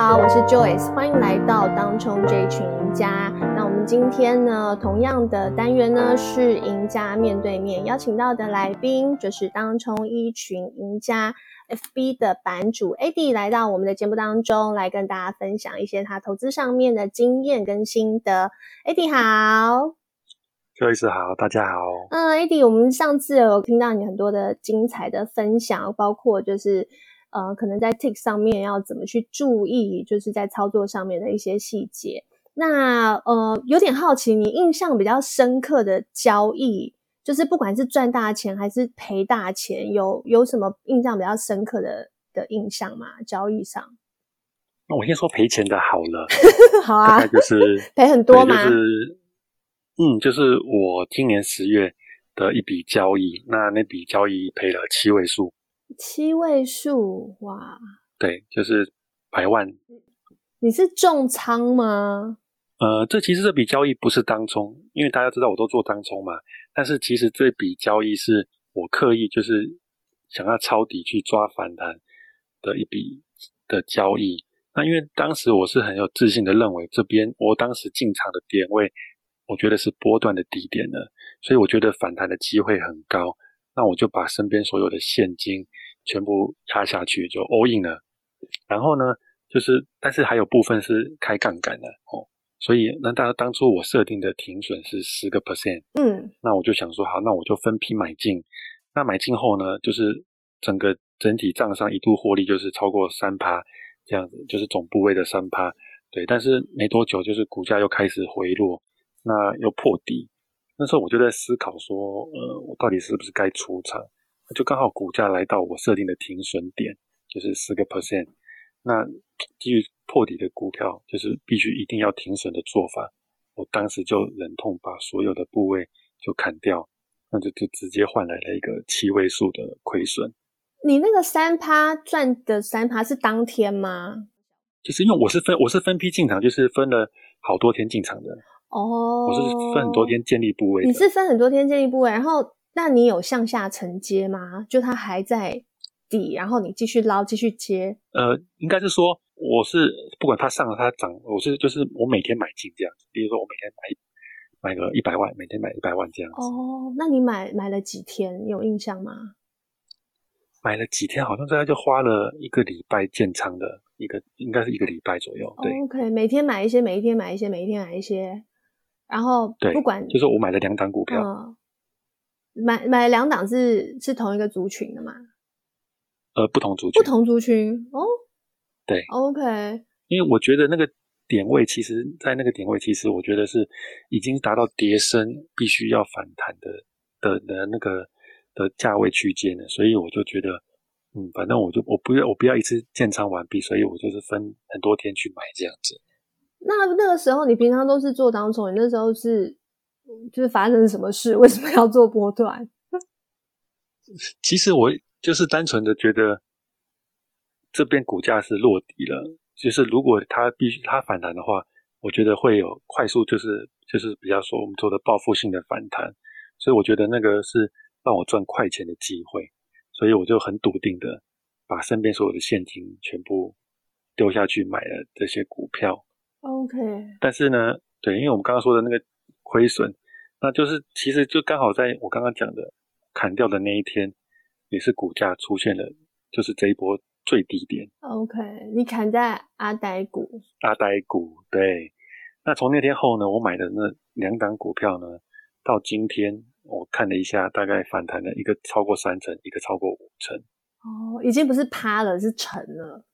好，我是 Joyce， 欢迎来到当冲这一群赢家。那我们今天呢，同样的单元呢是赢家面对面，邀请到的来宾就是当冲一群赢家 FB 的版主 Eddie 来到我们的节目当中，来跟大家分享一些他投资上面的经验跟心得。Eddie 好。 Joyce 好，大家好。 Eddie， 我们上次有听到你很多的精彩的分享，包括就是可能在 Tick 上面要怎么去注意，就是在操作上面的一些细节。那有点好奇，你印象比较深刻的交易，就是不管是赚大钱还是赔大钱，有什么印象比较深刻的印象吗？交易上？ 那我先说赔钱的好了。 好啊， 大概就是赔很多吗？ 就是我今年10月的一笔交易，那笔交易赔了7位数。 7位数，哇！ 对，就是100万。 你是重仓吗？ 其实这笔交易不是当冲，因为大家知道我都做当冲嘛。但是其实这笔交易是我刻意就是想要抄底去抓反弹的一笔的交易。那因为当时我是很有自信的认为这边我当时进场的点位，我觉得是波段的低点了，所以我觉得反弹的机会很高。那我就把身边所有的现金全部压下去，就 all in 了。然后呢，但是还有部分是开杠杆的所以那当初我设定的停损是10%，那我就想说好，那我就分批买进。那买进后呢，就是整体账上一度获利就是超过 3%， 这样子，就是总部位的 3%。对，但是没多久就是股价又开始回落，那又破底。那时候我就在思考说，我到底是不是该出场？就刚好股价来到我设定的停损点，就是10%。那基于破底的股票，就是必须一定要停损的做法，我当时就忍痛把所有的部位就砍掉，那就直接换来了一个7位数的亏损。 你那个3%赚的3%是当天吗？ 就是因为我是分批进场，就是分了好多天进场的。我是分很多天建立部位的。 你是分很多天建立部位，然后那你有向下承接吗？就它还在底，然后你继续捞继续接？ 应该是说我是不管它上了它涨，就是我每天买进这样子。比如说我每天买个100万，每天买100万这样子。 那你买了几天？你有印象吗？ 买了几天，好像大概就花了1个礼拜建仓的应该是1个礼拜左右。对 ，OK， 每天买一些，每一天买一些，每一天买一些，然后不管就是我买了2档股票。 买了2档是同一个族群的吗？ 不同族群。 不同族群对 ，OK。 因为我觉得那个点位，其实在那个点位，其实我觉得是已经达到跌升必须要反弹的那个的价位区间了，所以我就觉得，反正我不要一次建仓完毕，所以我就是分很多天去买这样子。 那个时候你平常都是做当冲，你那时候就是发生什么事？为什么要做波段？ 其实我就是单纯的觉得这边股价是落底了，就是如果它反弹的话，我觉得会有快速就是比较说我们做的报复性的反弹，所以我觉得那个是让我赚快钱的机会，所以我就很笃定的把身边所有的现金全部丢下去买了这些股票。 OK。 但是呢，对，因为我们刚刚说的那个亏损，那就是其实就刚好在我刚刚讲的砍掉的那一天，也是股价出现了就是这一波最低点。 OK， 你砍在阿呆股。 对。那从那天后呢，我买的那2档股票呢，到今天我看了一下，大概反弹了一个超过3成，一个超过5成。 已经不是趴了，是成了。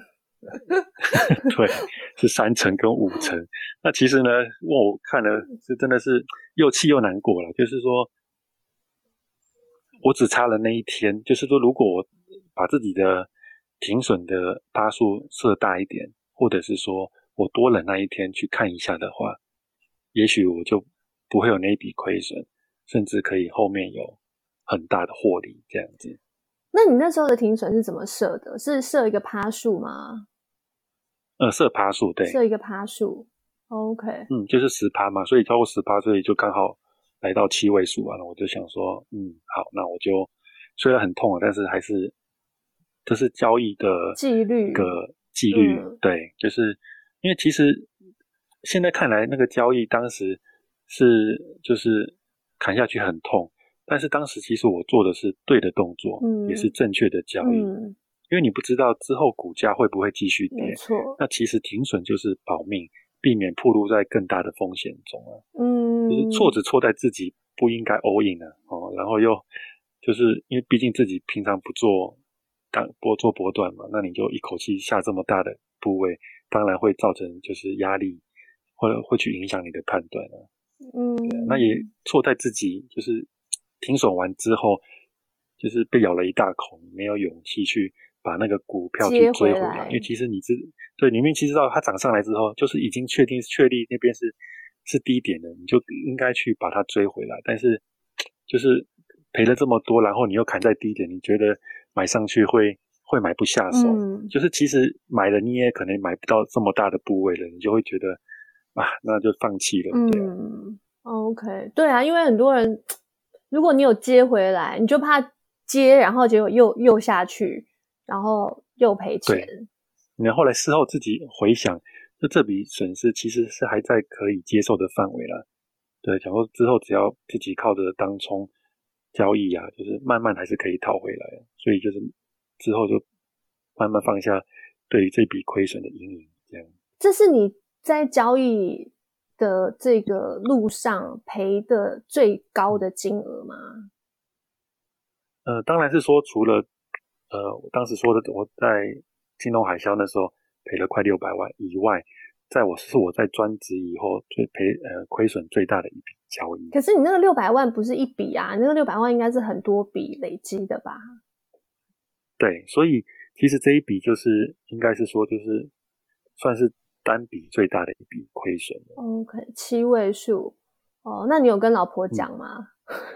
对，是3成跟5成。那其实呢，我看了是真的是又气又难过了，就是说我只差了那一天，就是说如果我把自己的停损的趴数设大一点，或者是说我多忍那一天去看一下的话，也许我就不会有那一笔亏损，甚至可以后面有很大的获利这样子。 那你那时候的停损是怎么设的？是设一个趴数吗？ 设趴数，对， 设一个趴数。OK。 就是 10% 嘛，所以超过 10%， 所以就刚好来到7位数啊。我就想说，好，那我就虽然很痛啊，但是还是这是交易的纪律， 纪律，对，就是因为其实现在看来那个交易当时是就是砍下去很痛，但是当时其实我做的是对的动作，也是正确的交易，因为你不知道之后股价会不会继续跌， 没错， 那其实停损就是保命，避免暴露在更大的风险中啊。就是错只错在自己不应该 all in 啊，然后又就是因为毕竟自己平常不做波段嘛，那你就一口气下这么大的部位，当然会造成就是压力，或者会去影响你的判断啊。那也错在自己就是停损完之后，就是被咬了一大口，没有勇气去把那个股票去追回来，因为其实你对你明明知道它涨上来之后，就是已经确立那边是低点的，你就应该去把它追回来，但是就是赔了这么多，然后你又砍在低点，你觉得买上去会买不下手，就是其实买了你也可能买不到这么大的部位了，你就会觉得啊，那就放弃了。 OK， 对啊，因为很多人如果你有接回来，你就怕接，然后结果又下去，然后又赔钱。对， 你后来事后自己回想，就这笔损失其实是还在可以接受的范围啦。对，想说之后只要自己靠着当冲交易啊，就是慢慢还是可以讨回来，所以就是之后就慢慢放下对于这笔亏损的阴影。这样， 这是你在交易的这个路上赔的最高的金额吗？ 当然是说除了我当时说的我在金融海啸那时候赔了快600万以外，我在专职以后最亏损最大的一笔交易。 可是你那个600万不是一笔啊，那个600万应该是很多笔累积的吧？对， 所以其实这一笔就是应该是说就是算是单笔最大的一笔亏损。 OK， 7位数。哦，那你有跟老婆讲吗？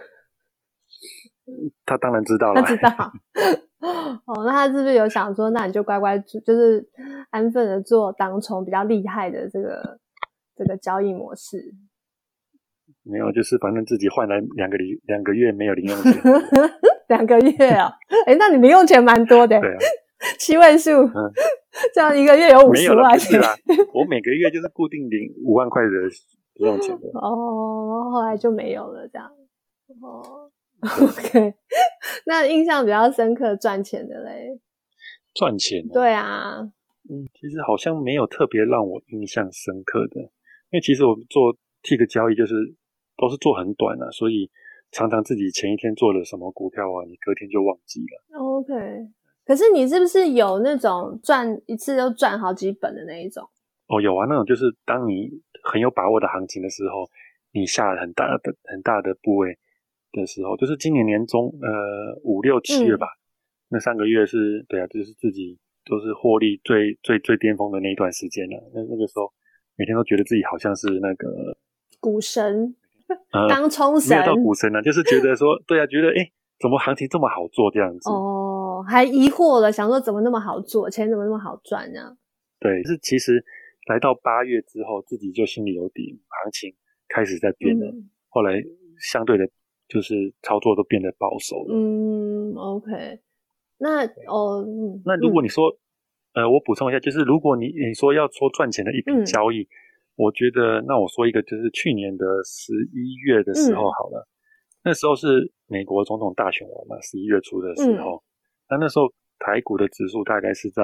他当然知道了。 他知道。哦，那他是不是有想说，那你就乖乖就是安分的做当冲比较厉害的这个交易模式？ 没有，就是反正自己换来两个月没有零用钱。 2个月啊？那你零用钱蛮多的。对啊，7位数，这样一个月有50万钱。 没有啦，我每个月就是固定领5万块的零用钱的。 哦，后来就没有了，这样。哦 ，OK， 那印象比较深刻赚钱的嘞？ 赚钱？ 对啊。 其实好像没有特别让我印象深刻的，因为其实我做Tick交易就是都是做很短啊，所以常常自己前一天做了什么股票啊，你隔天就忘记了。 OK， 可是你是不是有那种赚一次就赚好几本的那一种？ 有啊，那种就是当你很有把握的行情的时候，你下了很大的部位的时候，就是今年年中5、6、7月吧，那3个月是对啊，就是自己都是获利最巅峰的那一段时间了。那个时候每天都觉得自己好像是那个股神，当冲神。 没有到股神啊，就是觉得说对啊，觉得怎么行情这么好做这样子。 还疑惑了，想说怎么那么好做，钱怎么那么好赚呢？ 对，是其实来到8月之后，自己就心里有底，行情开始在变了。后来相对的，就是操作都变得保守了。 OK， 那那如果你说，我补充一下，就是如果你说要说赚钱的一笔交易，我觉得那我说一个，就是去年的11月的时候好了，那时候是美国总统大选完嘛，11月初的时候，那时候台股的指数大概是在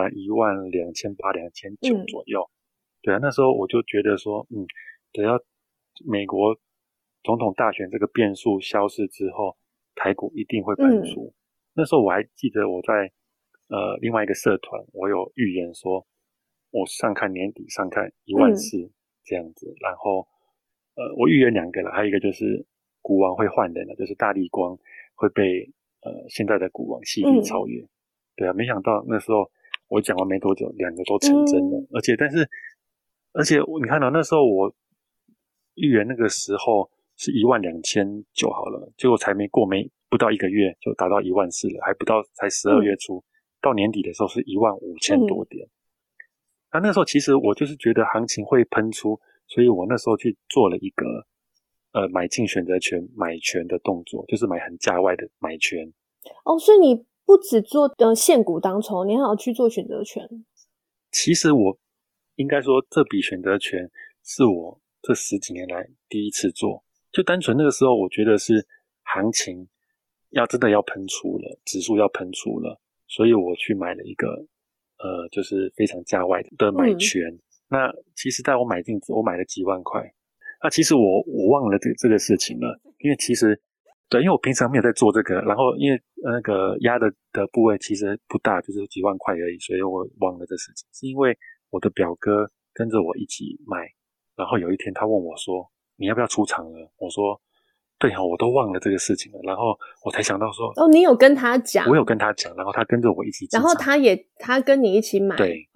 12800、12900左右。对啊，那时候我就觉得说，等到美国总统大选这个变数消失之后，台股一定会喷出。那时候我还记得我在另外一个社团，我有预言说，我上看年底上看14000这样子，然后我预言2个了，还有一个就是股王会换人了，就是大立光会被现在的股王矽力超越。对啊，没想到那时候我讲完没多久，2个都成真了，而且你看到那时候我预言那个时候是12900好了，结果才不到1个月就达到14000了，还不到才12月初，到年底的时候是15000多点。那时候其实我就是觉得行情会喷出，所以我那时候去做了一个买进选择权买权的动作，就是买很价外的买权。所以你不只做现股当冲，你还要去做选择权？ 其实我应该说这笔选择权是我这10几年来第一次做，就单纯那个时候我觉得是行情真的要喷出了，指数要喷出了，所以我去买了一个就是非常价外的买权。那其实在我买进我买了几万块，那其实我忘了这个事情了，因为其实对，因为我平常没有在做这个，然后因为那个压的部位其实不大，就是几万块而已，所以我忘了这事情。是因为我的表哥跟着我一起买，然后有一天他问我说你要不要出场了，我说对啊，我都忘了这个事情了，然后我才想到说你有跟他讲？ 我有跟他讲，然后他跟着我一起进场， 然后他跟你一起买。 对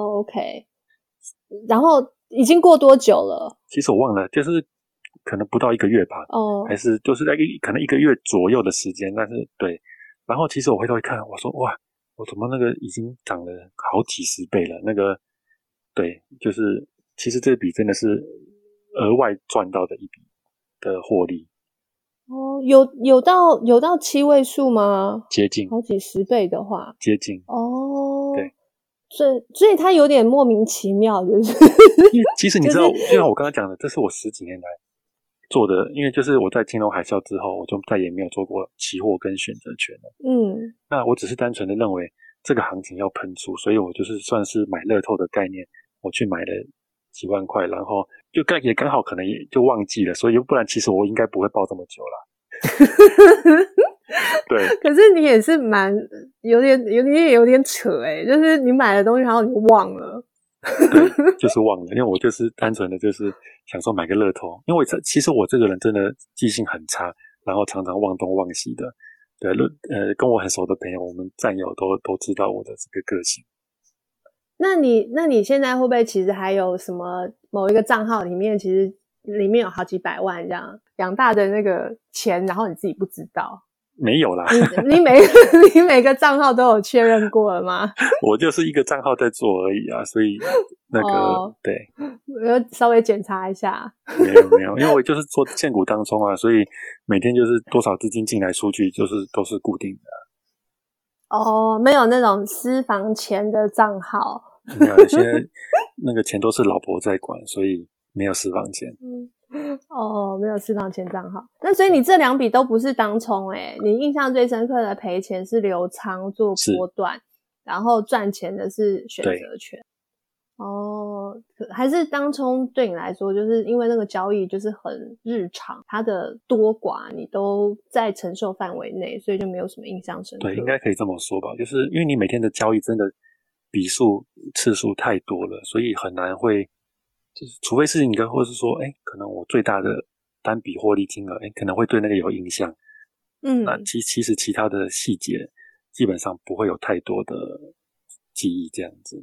OK。然后已经过多久了？ 其实我忘了，就是可能不到1个月吧，还是就是在可能1个月左右的时间，但是对。然后其实我回头一看，我说哇，我怎么那个已经涨了好几十倍了？那个对，就是其实这笔真的是额外赚到的一笔的获利。 有到7位数吗？接近，好几十倍的话， 接近。 对。所以它有点莫名其妙，就是因为其实你知道，就像我刚刚讲的，这是我10几年来做的，因为就是我在金融海啸之后，我就再也没有做过期货跟选择权了。那我只是单纯的认为这个行情要喷出，所以我就是算是买乐透的概念，我去买了几万块，然后就也刚好可能也就忘记了，所以不然其实我应该不会抱这么久啦。对， 可是你也是有点扯就是你买的东西然后你忘了。 对，就是忘了，因为我就是单纯的就是想说买个乐透，因为其实我这个人真的记性很差，然后常常忘东忘西的。对，跟我很熟的朋友，我们战友都知道我的这个个性。 那你现在会不会其实还有什么某一个账号里面，其实里面有好几百万这样养大的那个钱，然后你自己不知道？ 没有啦。 你每个账号都有确认过了吗？ 我就是一个账号在做而已啊，所以那个对， 我要稍微检查一下。 没有，因为我就是做现股当中啊，所以每天就是多少资金进来出去，就是都是固定的。 没有那种私房钱的账号。 没有，现在那个钱都是老婆在管，所以没有私房钱。 没有私房钱账号。那所以你这2笔都不是当冲你印象最深刻的赔钱是留仓做波段，然后赚钱的是选择权。还是当冲对你来说，就是因为那个交易就是很日常，它的多寡你都在承受范围内，所以就没有什么印象深刻。 对，应该可以这么说吧，就是因为你每天的交易真的笔数次数太多了，所以很难会就是除非是你或者是说可能我最大的单笔获利金额可能会对那个有影响。那其实其他的细节基本上不会有太多的记忆这样子。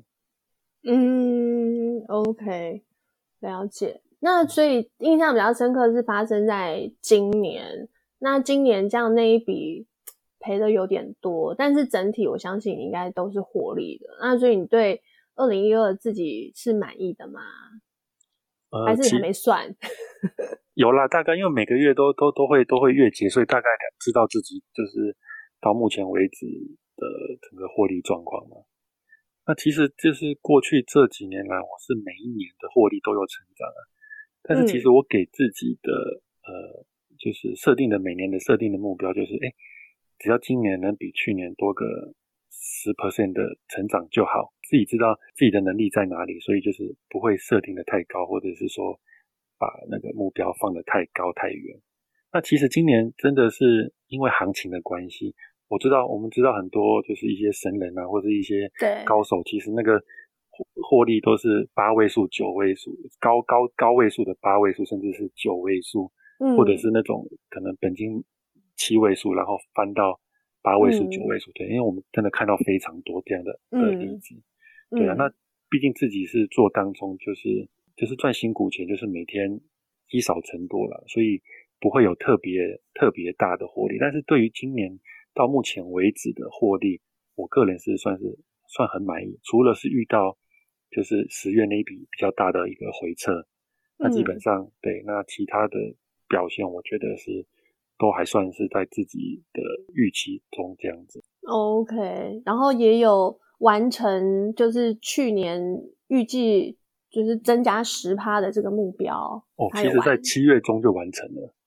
OK， 了解。那所以印象比较深刻是发生在今年，那今年这样那一笔赔的有点多，但是整体我相信你应该都是获利的。那所以你对2012自己是满意的吗？还是你还没算？ 有啦，大概因为每个月都会月结，所以大概知道自己就是到目前为止的整个获利状况嘛。那其实就是过去这几年来，我是每一年的获利都有成长啊。但是其实我给自己的就是每年的设定的目标就是只要今年能比去年多个10% 的成长就好，自己知道自己的能力在哪里，所以就是不会设定的太高，或者是说把那个目标放得太高太远。那其实今年真的是因为行情的关系，我们知道很多就是一些神人啊，或者一些高手，其实那个获利都是8位数、9位数，高位数的8位数，甚至是9位数，或者是那种可能本金7位数，然后翻到8位数、9位数。对，因为我们真的看到非常多这样的例子。对啊，那毕竟自己是做当冲，就是赚新股钱，就是每天积少成多啦，所以不会有特别大的获利。但是对于今年到目前为止的获利，我个人是算很满意，除了是遇到就是10月那一笔比较大的一个回撤，那基本上对，那其他的表现我觉得是都还算是在自己的预期中这样子。 OK， 然后也有完成就是去年预计就是增加10%的这个目标？ 其实在7月中就完成了。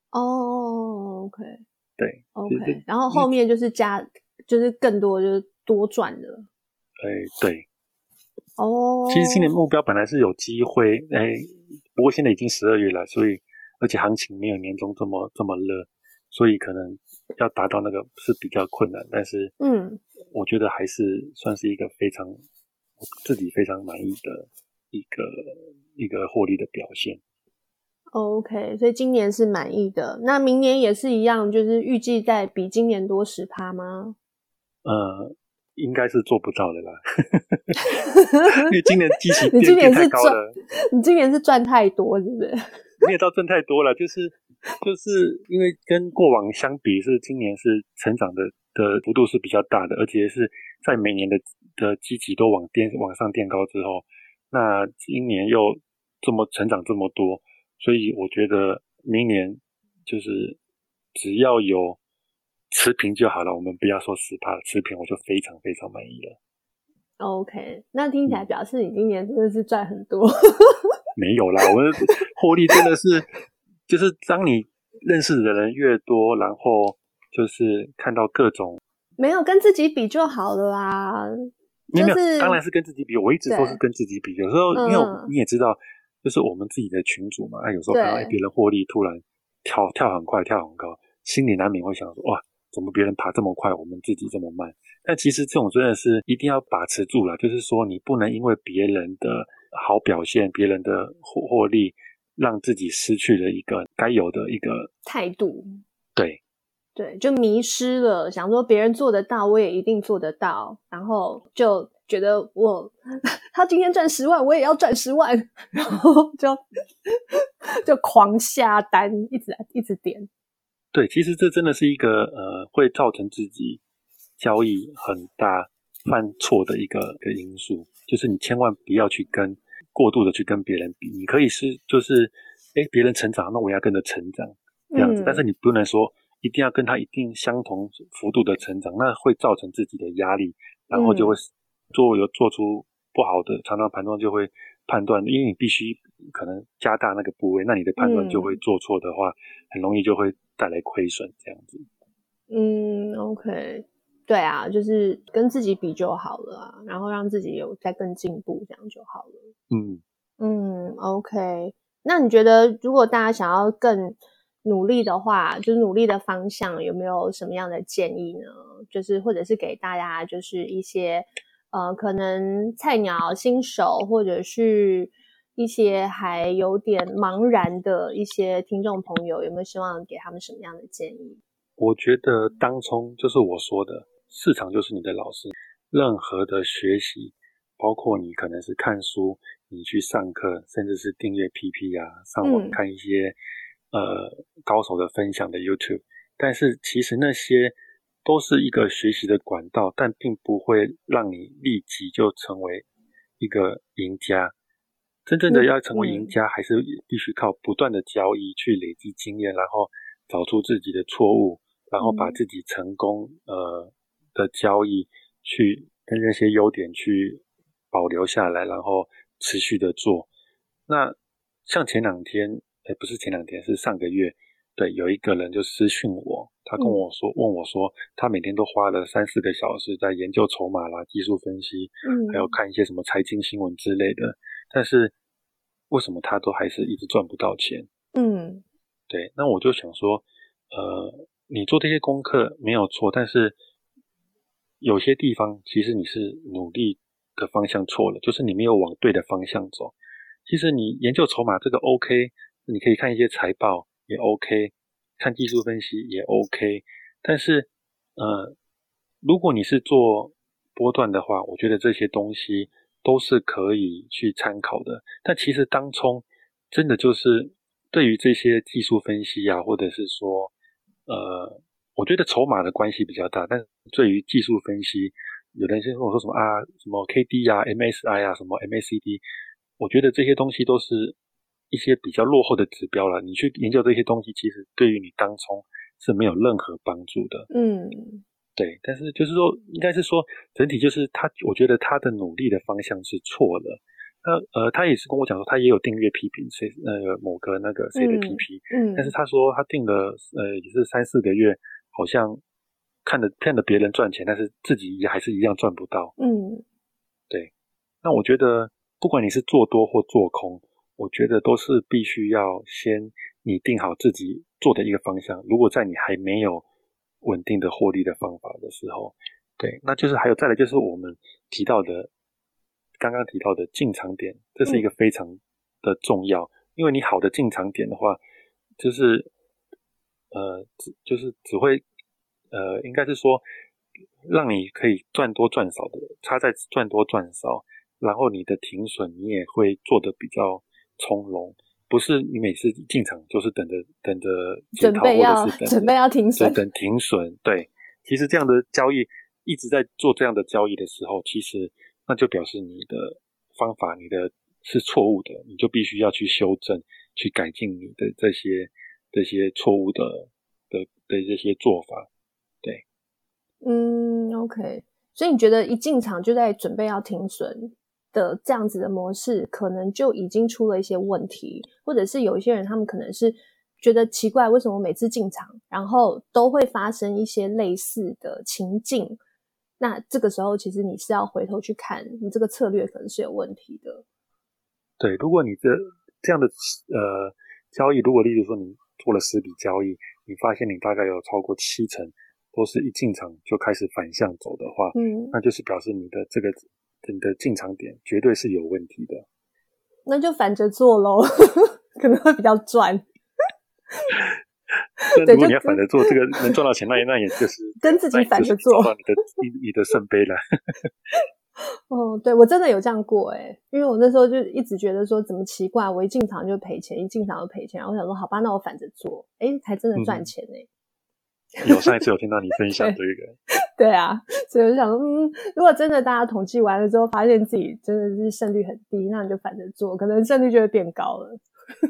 OK。 对 OK， 然后后面就是就是更多就是多赚的。 对。其实今年目标本来是有机会，不过现在已经12月了，所以而且行情没有年终这么热，所以可能要达到那个是比较困难，但是我觉得还是算是一个自己非常满意的一个获利的表现。 OK， 所以今年是满意的。那明年也是一样，就是预计在比今年多10%吗？ 应该是做不到的啦，因为今年基期变太高了。 你今年是赚太多，是不是？ 没有到赚太多了，就是因为跟过往相比，是今年是成长的幅度是比较大的，而且是在每年的基期都往上垫高之后，那今年又成长这么多，所以我觉得明年就是只要有持平就好了，我们不要说10%了，持平我就非常非常满意了。 OK， 那听起来表示你今年真的是赚很多。 没有啦，我们获利真的是就是当你认识的人越多，然后就是看到各种没有跟自己比就好了啦。 没有，当然是跟自己比，我一直说是跟自己比。有时候因为你也知道，就是我们自己的群组嘛，有时候看到别人获利突然跳很快，跳很高，心里难免会想说，哇，怎么别人爬这么快，我们自己这么慢？但其实这种真的是一定要把持住啦，就是说你不能因为别人的好表现，别人的获利，让自己失去了一个该有的一个态度。 对， 就迷失了，想说别人做得到，我也一定做得到，然后就觉得他今天赚10万，我也要赚10万，然后就狂下单，一直点。 对，其实这真的是一个会造成自己交易很大犯错的一个因素，就是你千万不要去过度的去跟别人比，你可以就是别人成长，那我要跟着成长这样子，但是你不能说一定要跟他一定相同幅度的成长，那会造成自己的压力，然后就会做出不好的，常常盘中就会判断，因为你必须可能加大那个部位，那你的判断就会做错的话，很容易就会带来亏损这样子。 OK， 对啊，就是跟自己比就好了啊，然后让自己有再更进步，这样就好了。OK， 那你觉得如果大家想要更努力的话，就是努力的方向有没有什么样的建议呢？就是或者是给大家就是一些可能菜鸟新手或者是一些还有点茫然的一些听众朋友，有没有希望给他们什么样的建议？ 我觉得当冲就是我说的，市场就是你的老师，任何的学习，包括你可能是看书，你去上课，甚至是订阅 PP 啊，上网看一些高手的分享的 YouTube， 但是其实那些都是一个学习的管道，但并不会让你立即就成为一个赢家。真正的要成为赢家，还是必须靠不断的交易去累积经验，然后找出自己的错误，然后把自己成功的交易去跟那些优点去保留下来，然后持续的做。那像不是前两天，是上个月，对，有一个人就私讯我，他跟我说，问我说，他每天都花了3-4个小时在研究筹码啦、技术分析，还有看一些什么财经新闻之类的，但是为什么他都还是一直赚不到钱？对，那我就想说，你做这些功课没有错，但是有些地方其实你是努力的方向错了，就是你没有往对的方向走。其实你研究筹码这个 OK， 你可以看一些财报也 OK， 看技术分析也 OK， 但是如果你是做波段的话，我觉得这些东西都是可以去参考的。但其实当冲真的就是对于这些技术分析啊，或者是说我觉得筹码的关系比较大，但是对于技术分析，有人先跟我说什么什么 KD 啊 MSI 啊什么 MACD， 我觉得这些东西都是一些比较落后的指标了，你去研究这些东西，其实对于你当冲是没有任何帮助的。 对，但是就是说，应该是说整体就是我觉得他的努力的方向是错了。他也是跟我讲说，他也有订阅批评谁某个那个谁的 PP，但是他说他订了也是3-4个月，好像看着别人赚钱，但是自己也还是一样赚不到。对。那我觉得不管你是做多或做空，我觉得都是必须要先拟定好自己做的一个方向。如果在你还没有稳定的获利的方法的时候，对，那就是还有再来就是我们刚刚提到的进场点，这是一个非常的重要，因为你好的进场点的话，就是只会应该是说让你可以赚多赚少的差在赚多赚少，然后你的停损你也会做得比较从容，不是你每次进场就是等着解套，或者是准备要停损， 等停损。对，其实这样的交易一直在做这样的交易的时候，其实那就表示你的方法是错误的，你就必须要去修正，去改进你的这些错误的这些做法。对。 OK， 所以你觉得一进场就在准备要停损的这样子的模式，可能就已经出了一些问题，或者是有一些人他们可能是觉得奇怪，为什么每次进场然后都会发生一些类似的情境，那这个时候其实你是要回头去看你这个策略可能是有问题的。 对，如果你这样的交易，如果例如说你做了10笔交易，你发现你大概有超过70%都是一进场就开始反向走的话，那就是表示你的进场点绝对是有问题的。 那就反着做咯可能会比较赚如果你要反着做，这个能赚到钱，那也就是跟自己反着做， 找到你的圣杯了对，我真的有这样过因为我那时候就一直觉得说怎么奇怪，我一进场就赔钱，一进场就赔钱，然后我想说好吧，那我反着做，才真的赚钱有上一次有听到你分享这个对啊，所以我就想说如果真的大家统计完了之后发现自己真的是胜率很低，那你就反着做，可能胜率就会变高了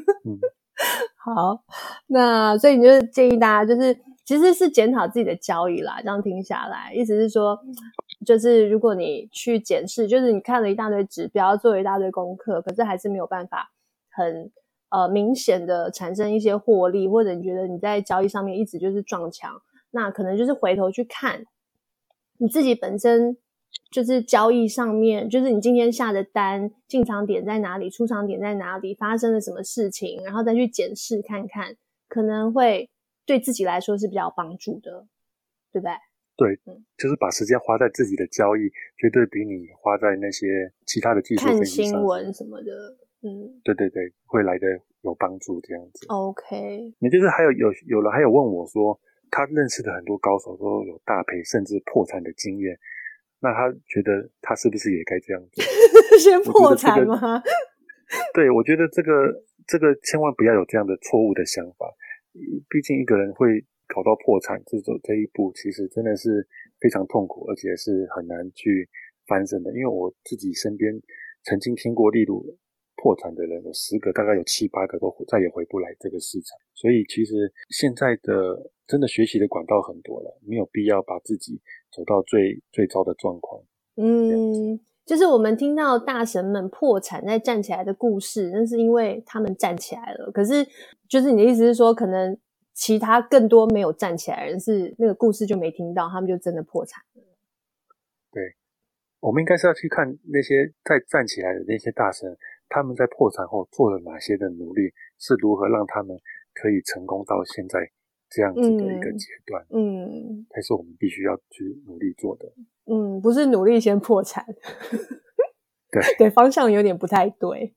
好，那所以你就建议大家就是其实是检讨自己的交易啦，这样听下来意思是说就是如果你去检视，就是你看了一大堆指标，做了一大堆功课，可是还是没有办法很明显的产生一些获利，或者你觉得你在交易上面一直就是撞墙，那可能就是回头去看你自己本身就是交易上面，就是你今天下的单进场点在哪里，出场点在哪里，发生了什么事情，然后再去检视看看，可能会对自己来说是比较有帮助的，对不对？ 对，就是把时间花在自己的交易，绝对比你花在那些其他的技术分析上， 看新闻什么的， 对，会来的有帮助这样子。 OK， 你就是有人还有问我说，他认识的很多高手都有大赔甚至破产的经验，那他觉得他是不是也该这样做？ 先破产吗？ 对，我觉得这个千万不要有这样的错误的想法，毕竟一个人会搞到破产这一步其实真的是非常痛苦，而且是很难去翻身的。因为我自己身边曾经听过例如破产的人有10个，大概有7-8个都再也回不来这个市场。所以其实现在的真的学习的管道很多了，没有必要把自己走到最糟的状况。 就是我们听到大神们破产再站起来的故事，那是因为他们站起来了。可是就是你的意思是说，可能其他更多没有站起来的人是那个故事就没听到，他们就真的破产了。 对，我们应该是要去看那些在站起来的那些大神，他们在破产后做了哪些的努力，是如何让他们可以成功到现在这样子的一个阶段。才是我们必须要去努力做的。 不是努力先破产对， 方向有点不太对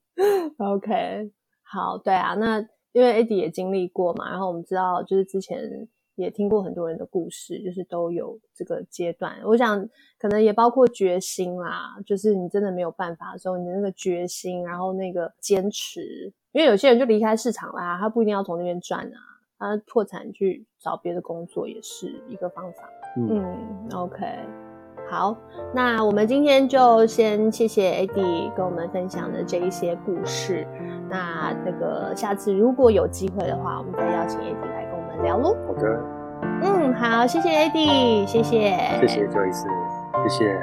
OK， 好，对啊，那因为 Eddie 也经历过嘛，然后我们知道就是之前也听过很多人的故事，就是都有这个阶段，我想可能也包括决心啦，就是你真的没有办法的时候，你的那个决心，然后那个坚持，因为有些人就离开市场啦，他不一定要从那边赚啊，他破产去找别的工作也是一个方法。OK， 好，那我们今天就先谢谢 Eddie 跟我们分享的这一些故事。那个下次如果有机会的话，我们再邀请 Eddie 来跟我们聊咯。 好的， 好，谢谢 Eddie， 谢谢 Joyce， 谢谢。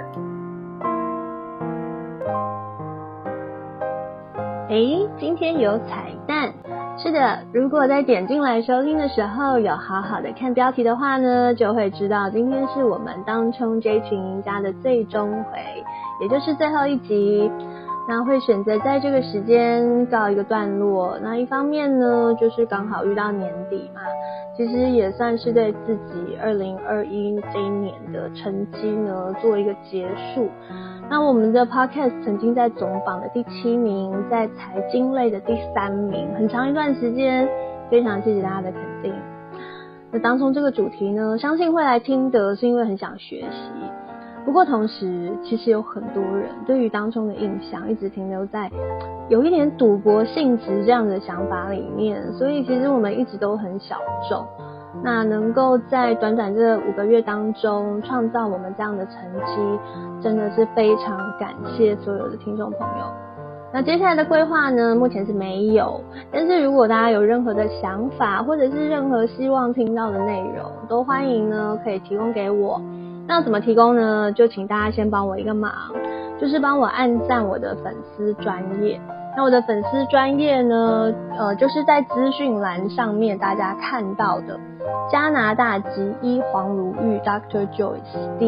今天有彩蛋。是的，如果在点进来收听的时候有好好的看标题的话呢，就会知道今天是我们当冲这群赢家的最终回，也就是最后一集。那会选择在这个时间告一个段落，那一方面呢，就是刚好遇到年底嘛，其实也算是对自己2021这一年的成绩呢做一个结束。那我们的 podcast 曾经在总榜的第7名，在财经类的第3名，很长一段时间，非常谢谢大家的肯定。那当冲这个主题呢，相信会来听的是因为很想学习。不过同时，其实有很多人对于当冲的印象一直停留在有一点赌博性质这样的想法里面，所以其实我们一直都很小众。那能够在短短这5个月当中创造我们这样的成绩，真的是非常感谢所有的听众朋友。那接下来的规划呢，目前是没有，但是如果大家有任何的想法，或者是任何希望听到的内容，都欢迎呢可以提供给我。那怎么提供呢？就请大家先帮我一个忙，就是帮我按赞我的粉丝专页。那我的粉丝专页呢，就是在资讯栏上面大家看到的加拿大籍医黄如玉 Dr. Joyce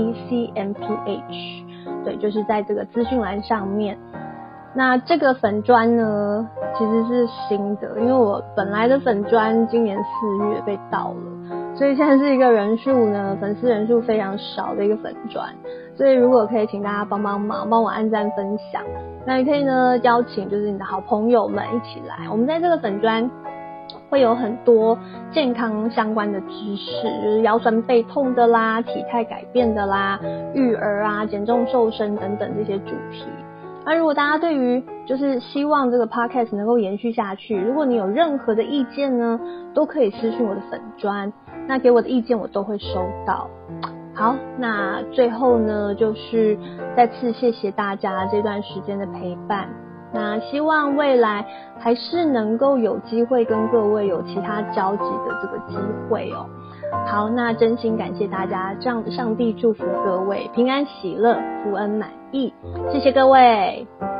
DCMPH， 对，就是在这个资讯栏上面。那这个粉专呢，其实是新的，因为我本来的粉专今年4月被盗了，所以现在是一个人数呢，粉丝人数非常少的一个粉专。所以如果可以请大家帮忙，帮我按赞分享，那也可以呢邀请就是你的好朋友们一起来。我们在这个粉专会有很多健康相关的知识，就是腰酸背痛的啦，体态改变的啦，育儿啊，减重瘦身等等这些主题。那如果大家对于就是希望这个 podcast 能够延续下去，如果你有任何的意见呢，都可以私讯我的粉专，那给我的意见我都会收到。好，那最后呢，就是再次谢谢大家这段时间的陪伴。那希望未来还是能够有机会跟各位有其他交集的这个机会哦。好，那真心感谢大家，这样上帝祝福各位平安喜乐，福恩满溢，谢谢各位。